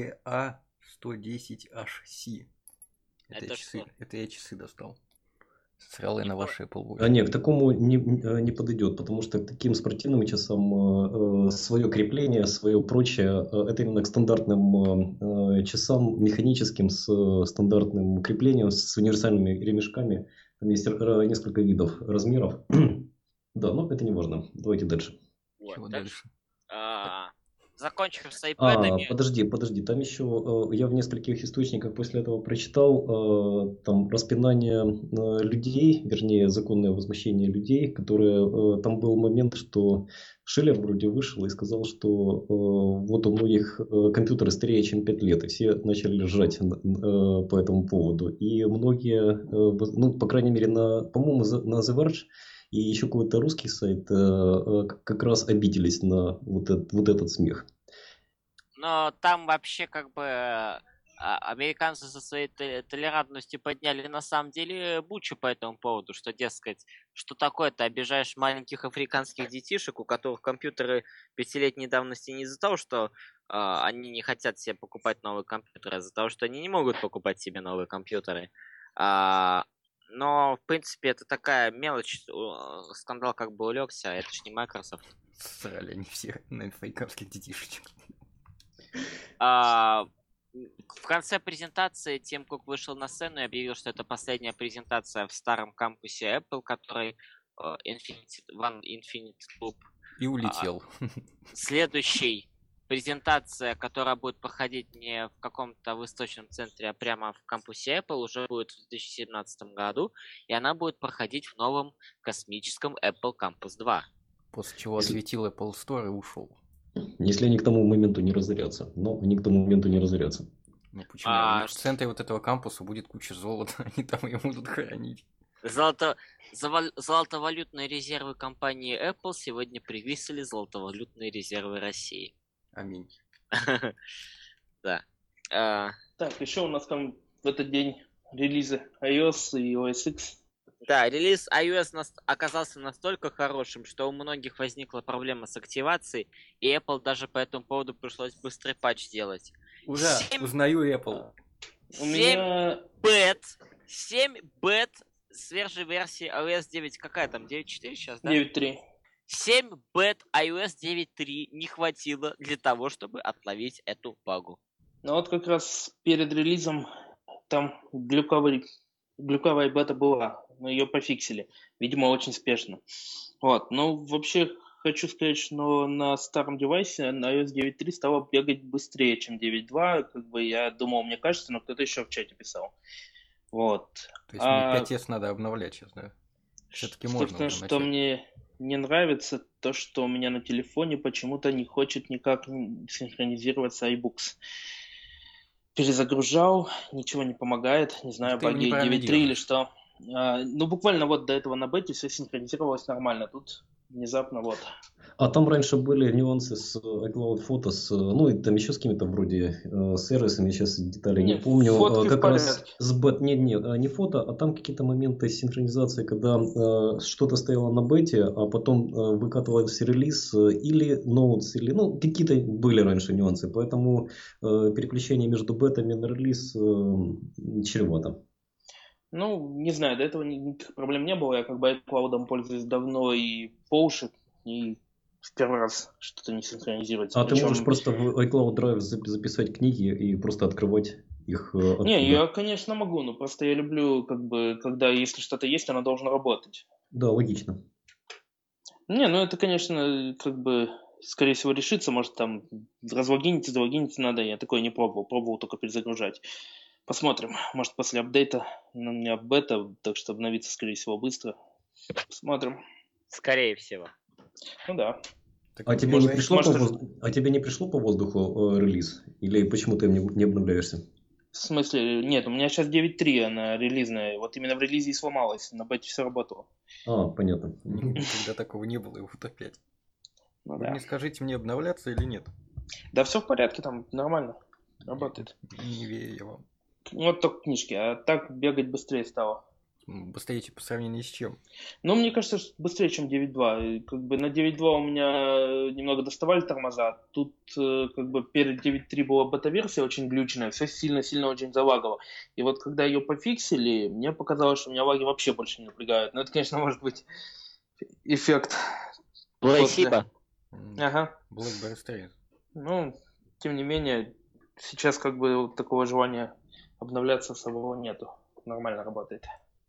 GA110HC. Это я часы достал. Срал я на ваши Apple Watch. Нет, к такому не подойдет, потому что к таким спортивным часам свое крепление, свое прочее, это именно к стандартным часам, механическим, с стандартным креплением, с универсальными ремешками. Там есть несколько видов размеров. Да, но это не важно. Давайте дальше. Чего дальше? Закончим с iPad'ами. Подожди, там еще я в нескольких источниках после этого прочитал там распинание людей, вернее законное возмущение людей, которые там был момент, что Шиллер вроде вышел и сказал, что вот у многих компьютеры старее, чем 5 лет, и все начали ржать по этому поводу. И многие, ну по крайней мере, по-моему, на The Verge и еще какой-то русский сайт как раз обиделись на вот этот смех. Но там вообще как бы американцы со своей толерантностью подняли на самом деле бучу по этому поводу, что, дескать, что такое, ты обижаешь маленьких африканских детишек, у которых компьютеры 5-летней давности не из-за того, что они не хотят себе покупать новые компьютеры, а из-за того, что они не могут покупать себе новые компьютеры. Но, в принципе, это такая мелочь. Скандал как бы улегся, это ж не Microsoft. Срали они все на африканских детишечек. В конце презентации Тим Кук вышел на сцену и объявил, что это последняя презентация в старом кампусе Apple, который Infinite Loop. И улетел. Следующий презентация, которая будет проходить не в каком-то выставочном центре, а прямо в кампусе Apple, уже будет в 2017 году, и она будет проходить в новом космическом Apple Campus 2. После чего осветил Apple Store и ушел. Если они к тому моменту не разорятся. Но они к тому моменту не разорятся. Ну почему? В центре вот этого кампуса будет куча золота, они там ее будут хранить. Золотовалютные резервы компании Apple сегодня превысили золотовалютные резервы России. Аминь. Да. Так, еще у нас там в этот день релизы iOS и OS X. Да, релиз iOS оказался настолько хорошим, что у многих возникла проблема с активацией, и Apple даже по этому поводу пришлось быстрый патч делать. Ура, узнаю Apple. У меня... 7 бет свежей версии iOS 9, какая там, 9.4 сейчас, да? 9.3. 7 бет iOS 9.3 не хватило для того, чтобы отловить эту багу. Ну вот как раз перед релизом там глюковая бета была, но ее пофиксили. Видимо, очень спешно. Вот, ну вообще хочу сказать, что на старом девайсе на iOS 9.3 стало бегать быстрее, чем 9.2. Как бы я думал, мне кажется, но кто-то еще в чате писал. Вот. То есть мне 5S надо обновлять сейчас, да? Все-таки можно Собственно, уже что начать. мне не нравится, то, что у меня на телефоне почему-то не хочет никак синхронизироваться iBooks. Перезагружал, ничего не помогает, не знаю, Ты его баги неправильно 9.3 или держишь. что. Ну, буквально вот до этого на бете все синхронизировалось нормально, тут внезапно вот. А там раньше были нюансы с iCloud Photos, ну и там еще с какими-то вроде сервисами, сейчас деталей не Не, помню. фотки в Как раз порядке. с не фото, а там какие-то моменты синхронизации, когда что-то стояло на бете, а потом выкатывался релиз или ноутс, или ну какие-то были раньше нюансы, поэтому переключение между бетами на релиз чревато. Ну, не знаю, до этого никаких проблем не было. Я как бы iCloud пользуюсь давно и по уши, и в первый раз что-то не синхронизируется. А ты можешь Причем... просто в iCloud Drive записать книги и просто открывать их оттуда? Не, я, конечно, могу, но просто я люблю, как бы, когда если что-то есть, оно должно работать. Да, логично. Не, ну это, конечно, как бы, скорее всего, решится. Может, там разлогиниться, залогиниться надо. Я такое не пробовал. Пробовал только перезагружать. Посмотрим. Может, после апдейта. У меня бета, так что обновится, скорее всего, быстро. Посмотрим. Скорее всего. Ну да. Так А тебе, можно не пришло можно- по а тебе не пришло по воздуху релиз? Или почему ты не обновляешься? В смысле, нет, у меня сейчас 9.3, она релизная. Вот именно в релизе и сломалась. На бете все работало. А, понятно. Никогда такого не было, и вот опять. Ну Вы да. мне скажите, мне обновляться или нет? Да все в порядке, там нормально. Работает. Не верю я вам. Вот только книжки, а так бегать быстрее стало. Быстрее по сравнению с чем? Ну, мне кажется, что быстрее, чем 9.2. И как бы на 9.2 у меня немного доставали тормоза. Тут как бы перед 9.3 была бета-версия очень глючная, все сильно-сильно очень залагало. И вот когда ее пофиксили, мне показалось, что меня лаги вообще больше не напрягают. Но это, конечно, может быть эффект. Спасибо. Ага. BlackBerry стоит. Ну, тем не менее, сейчас как бы вот такого желания обновляться самого нету. Нормально работает.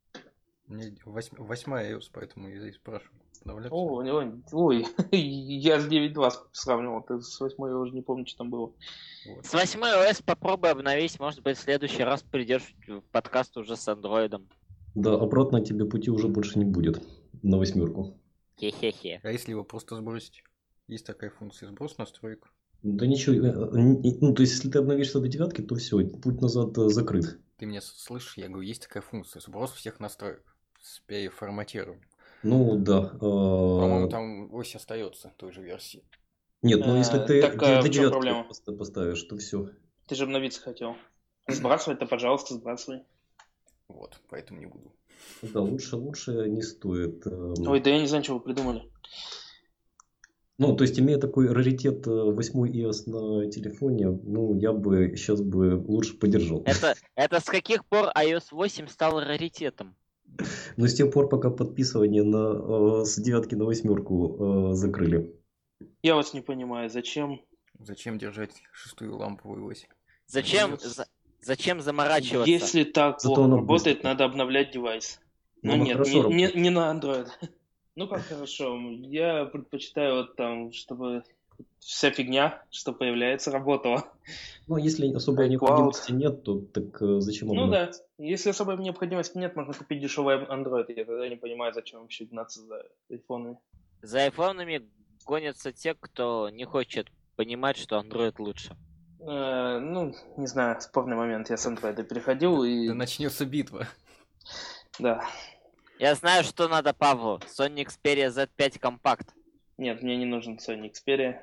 Мне 8 iOS, поэтому я здесь спрашиваю. Обновляться? Ой, я с 9.2 сравнивал, с 8 я уже не помню, что там было. Вот. С 8 iOS попробуй обновить, может быть, в следующий раз придешь в подкаст уже с андроидом. Да, обратно тебе пути уже больше не будет на 8. Хе-хе-хе. А если его просто сбросить? Есть такая функция сброс настроек. Да ничего, ну то есть если ты обновишься до 9, то все, путь назад закрыт. Ты меня слышишь? Я говорю, есть такая функция сброс всех настроек с переформатированием. Ну да. По-моему, там ось остается той же версии. Нет, ну если ты Так, до в чем 9 проблема? поставишь, то все. Ты же обновиться хотел. Сбрасывай-то, пожалуйста, сбрасывай. Вот, поэтому не буду. Да, лучше не стоит. Ой, да я не знаю, что вы придумали. Ну, то есть, имея такой раритет 8 iOS на телефоне, ну, я бы сейчас бы лучше подержал. Это с каких пор iOS 8 стал раритетом? Но с тех пор, пока подписывание с 9 на 8 закрыли. Я вас не понимаю, зачем? Зачем держать шестую ламповую ось? Зачем заморачиваться? Если так Зато плохо оно работает, быстро. надо обновлять девайс. Но Ну оно нет, хорошо работает. не на Android. Ну как хорошо, я предпочитаю вот там, чтобы вся фигня, что появляется, работала. Ну, если особой iCloud. необходимости нет, то так зачем Ну обновлять? да, если особой необходимости нет, можно купить дешевый Android. Я тогда не понимаю, зачем вообще гнаться за айфонами. За айфонами гонятся те, кто не хочет понимать, что Android лучше. Ну, не знаю, спорный момент. Я с Android переходил и... Да начнется битва. Да. Я знаю, что надо Павлу. Sony Xperia Z5 Compact. Нет, мне не нужен Sony Xperia.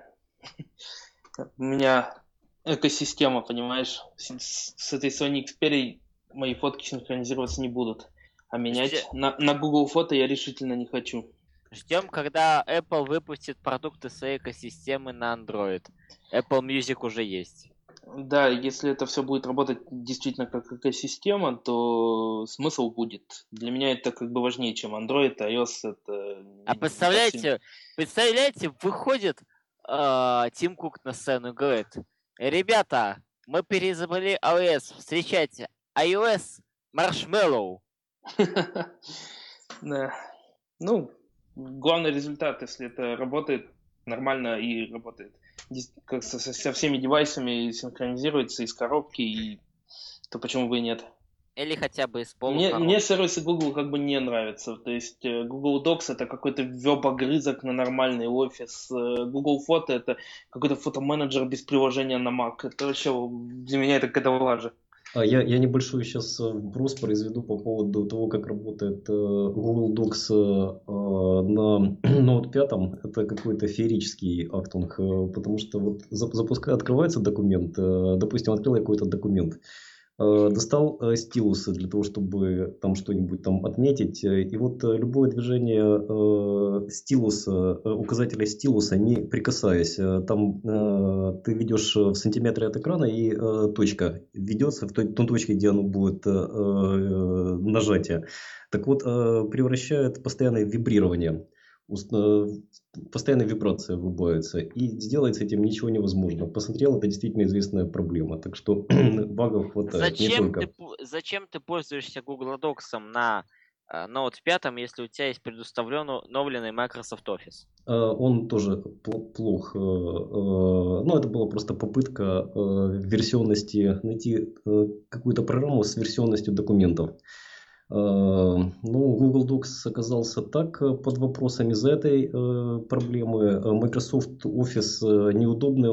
У меня экосистема, понимаешь? С этой Sony Xperia мои фотки синхронизироваться не будут. А менять на Google фото я решительно не хочу. Ждем, когда Apple выпустит продукты своей экосистемы на Android. Apple Music уже есть. Да, если это все будет работать действительно как экосистема, то смысл будет. Для меня это как бы важнее, чем Android, iOS это... А представляете, выходит Тим Кук на сцену и говорит: ребята, мы переизобрели iOS, встречайте, iOS Marshmallow. Да. Ну, главный результат, если это работает нормально и работает как со всеми девайсами, синхронизируется из коробки, то почему бы и нет? Или хотя бы из полукоробки. Мне сервисы Google как бы не нравятся. То есть Google Docs это какой-то веб-огрызок на нормальный офис. Google Фото это какой-то фотоменеджер без приложения на Mac. Это вообще для меня это какая-то лажа. Я небольшой сейчас вброс произведу по поводу того, как работает Google Docs на Note 5. Это какой-то феерический актунг, потому что вот открывается документ, допустим, открыл я какой-то документ, достал стилусы для того, чтобы там что-нибудь там отметить, и вот любое движение стилуса, указателя стилуса, не прикасаясь, там ты ведешь в сантиметре от экрана, и точка ведется в той точке, где оно будет нажатие. Так вот, превращает постоянное вибрирование. Постоянная вибрация выбивается, и сделать с этим ничего невозможно. Посмотрел, это действительно известная проблема, так что багов хватает. Зачем ты пользуешься Google Docs на Note 5, если у тебя есть предустановленный Microsoft Office? Он тоже плох. Но это была просто попытка найти какую-то программу с версионностью документов. Ну, Google Docs оказался так под вопросами из-за этой проблемы. Microsoft Office неудобный,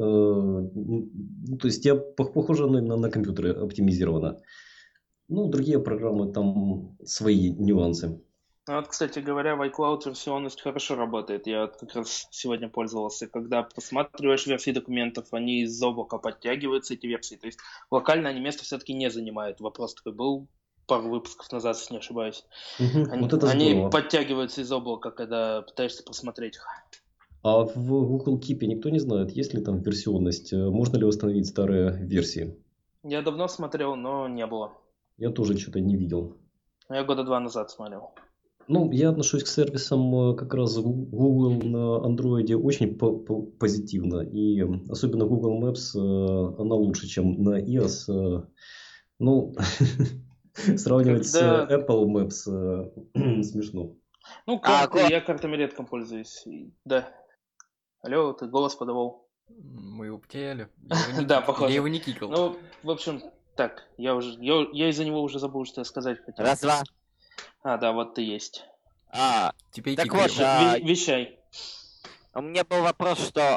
то есть похоже именно на компьютеры оптимизировано. Ну, другие программы там свои нюансы. Ну, вот, кстати говоря, в iCloud версионность хорошо работает. Я как раз сегодня пользовался. Когда посматриваешь версии документов, они из облака подтягиваются, эти версии. То есть локально они место все-таки не занимают. Вопрос такой был пару выпусков назад, если не ошибаюсь. Они подтягиваются из облака, когда пытаешься посмотреть их. А в Google Keep никто не знает, есть ли там версионность? Можно ли восстановить старые версии? Я давно смотрел, но не было. Я тоже что-то не видел. Я года 2 назад смотрел. Ну, я отношусь к сервисам как раз Google на Android очень позитивно. И особенно Google Maps, она лучше, чем на iOS. Ну, сравнивать с Apple Maps смешно. Ну, я картами редко пользуюсь. Да. Алло, ты голос подавал. Мы его потеряли. Да, похоже. Я его не кикал. Ну, в общем, так, я из-за него уже забыл, что я сказать хотел. Раз-два. А, да, вот ты есть. Теперь так вот, вещай. У меня был вопрос, что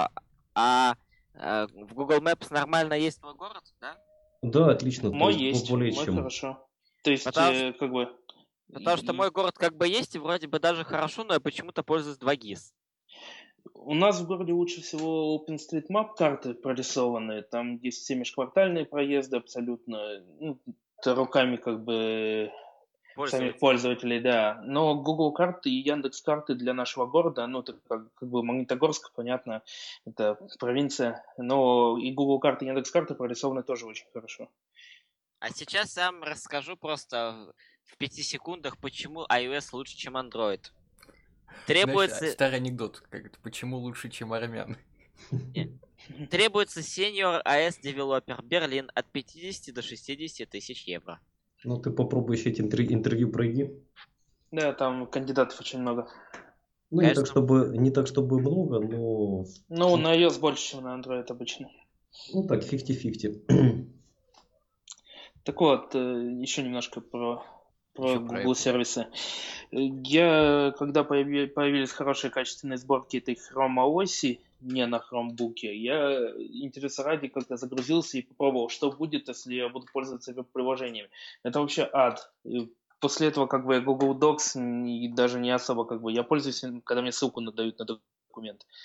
в Google Maps нормально есть твой город, да? Да, отлично. Мой есть, мой хорошо. То есть, как бы... Потому что мой город как бы есть, и вроде бы даже хорошо, но я почему-то пользуюсь 2GIS. У нас в городе лучше всего OpenStreetMap карты прорисованные. Там есть все межквартальные проезды абсолютно. Ну, руками как бы самих пользователей, да. Но Google карты и Яндекс карты для нашего города, ну, это как бы Магнитогорск, понятно, это провинция. Но и Google карты, и Яндекс карты прорисованы тоже очень хорошо. А сейчас я вам расскажу просто в 5 секундах, почему iOS лучше, чем Android. Требуется... Старый анекдот, почему лучше, чем армян. Требуется senior iOS developer Берлин от 50 до 60 тысяч евро. Ну, ты попробуй еще эти интервью пройди. Да, там кандидатов очень много. Ну, не так, чтобы много, но... Ну, на iOS больше, чем на Android обычно. Ну, так, 50-50. Так вот, еще немножко про Google сервисы. Когда появились хорошие качественные сборки этой Chrome оси, не на Chromebook'е, я интереса ради как-то загрузился и попробовал, что будет, если я буду пользоваться веб-приложениями. Это вообще ад. И после этого как бы Google Docs даже не особо как бы... Я пользуюсь, когда мне ссылку надают на документ.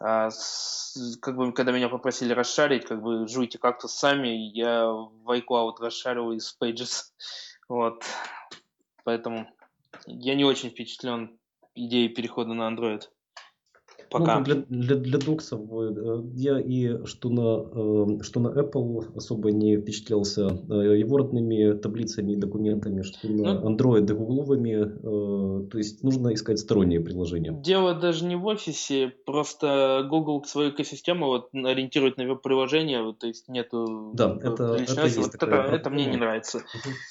Как бы, когда меня попросили расшарить, как бы жуйте кактус сами, я в iCloud расшаривал из Pages. Вот. Поэтому я не очень впечатлен идеей перехода на Android. Пока. Ну, для доксов я и что на Apple особо не впечатлялся его родными таблицами и документами, что на Android и гугловыми. То есть нужно искать сторонние приложения. Дело даже не в офисе, просто Google свою экосистему вот ориентирует на веб-приложение, то есть нету... Да, это есть вот такая это мне не нравится.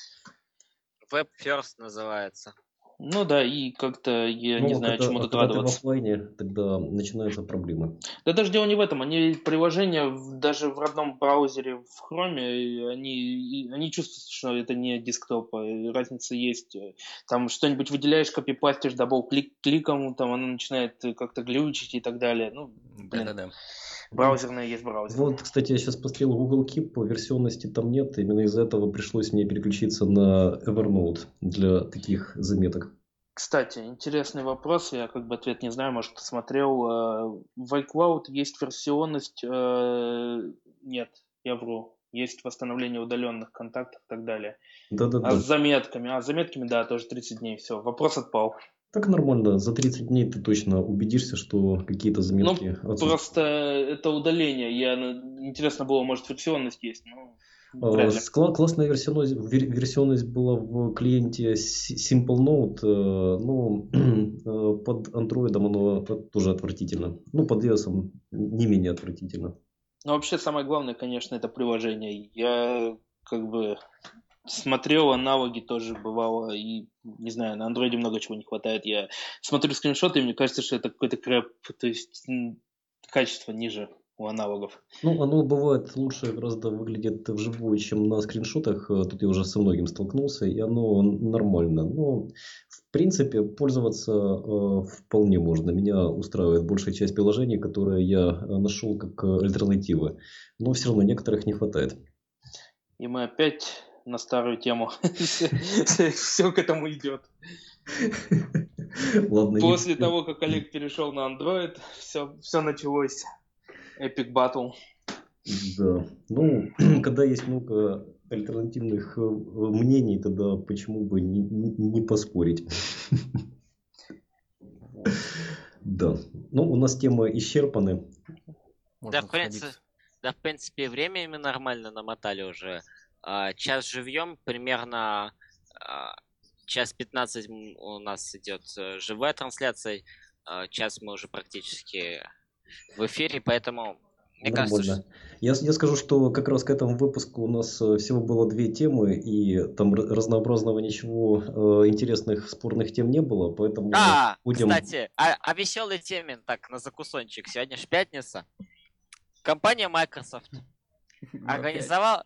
Web First называется. Ну да, и как-то я не знаю, чему тут когда радоваться. ты в оффлайне, тогда начинаются проблемы. Да даже дело не в этом. Они приложения даже в родном браузере в Chrome, они чувствуют, что это не десктоп. Разница есть. Там что-нибудь выделяешь, копипастишь, дабл-кликом, там оно начинает как-то глючить и так далее. Ну, блин. Да. Браузерная есть браузер. Вот, кстати, я сейчас посмотрел Google Keep, версионности там нет. Именно из-за этого пришлось мне переключиться на Evernote для таких заметок. Кстати, интересный вопрос, я как бы ответ не знаю, может, ты смотрел. В iCloud есть версионность... Нет, я вру. Есть восстановление удаленных контактов и так далее. Да. А с заметками, да, тоже 30 дней, все, вопрос отпал. Так нормально, за 30 дней ты точно убедишься, что какие-то заметки отсутствуют. Просто это удаление, интересно было, может, версионность есть, но... Классная версионность была в клиенте Simple Note, но под Android оно тоже отвратительно. Ну, под iOS не менее отвратительно. Ну, вообще, самое главное, конечно, это приложение. Я как бы смотрел аналоги тоже бывало, и, не знаю, на Android много чего не хватает. Я смотрю скриншоты, и мне кажется, что это какой-то крэп, то есть качество ниже у аналогов. Ну, оно бывает лучше гораздо выглядит вживую, чем на скриншотах. Тут я уже со многим столкнулся, и оно нормально. Но, в принципе, пользоваться вполне можно. Меня устраивает большая часть приложений, которые я нашел как альтернативы. Но все равно некоторых не хватает. И мы опять на старую тему. Все к этому идет. После того, как Олег перешел на Android, все началось. Epic Battle. Да. Ну, когда есть много альтернативных мнений, тогда почему бы не поспорить? Да. Ну, у нас темы исчерпаны. Да, в принципе, время мы нормально намотали уже. Час живьем, примерно час 15 у нас идет живая трансляция. Час мы уже практически в эфире, поэтому мне кажется, я скажу, что как раз к этому выпуску у нас всего было 2 темы, и там разнообразного ничего интересных спорных тем не было, поэтому будем... Кстати, о веселой теме, так, на закусончик. Сегодня же пятница. Компания Microsoft организовала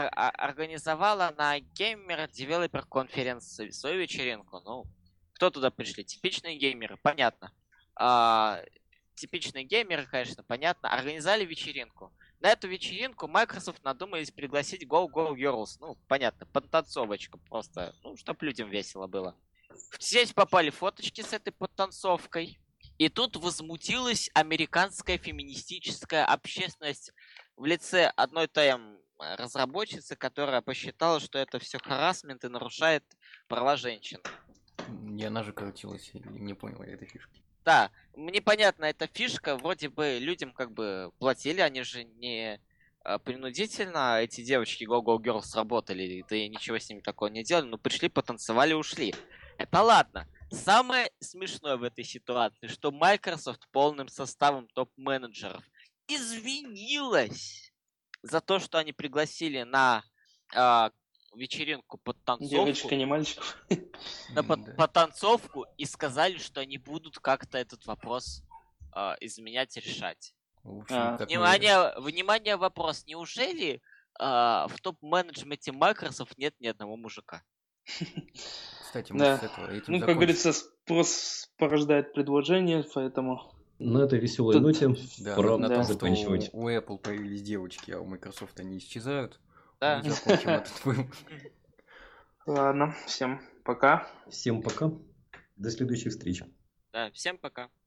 на Gamer Developer Conference свою вечеринку. Ну, кто туда пришли? Типичные геймеры, понятно. Типичные геймеры, конечно, понятно. Организовали вечеринку. На эту вечеринку Microsoft надумались пригласить Go Girls. Ну, понятно, подтанцовочка просто. Ну, чтоб людям весело было. В сеть попали фоточки с этой подтанцовкой. И тут возмутилась американская феминистическая общественность в лице одной разработчицы, которая посчитала, что это все харассмент и нарушает права женщин. И она же крутилась, не понял я этой фишки. Да, мне понятна эта фишка, вроде бы людям как бы платили, они же не принудительно, эти девочки Go Girls работали, да и ничего с ними такого не делали, но пришли, потанцевали, ушли. Это ладно. Самое смешное в этой ситуации, что Microsoft полным составом топ-менеджеров извинилась за то, что они пригласили на вечеринку под танцовку. Девочка, не мальчик. Под танцовку и сказали, что они будут как-то этот вопрос изменять, решать. Внимание, вопрос. Неужели в топ-менеджменте Microsoft нет ни одного мужика? Кстати, да. Ну, как говорится, спрос порождает предложение, поэтому... На этой веселой ноте пора заканчивать. У Apple появились девочки, а у Microsoft они исчезают. Да. Закончим этот выпуск. Ладно, всем пока. Всем пока. До следующих встреч. Да, всем пока.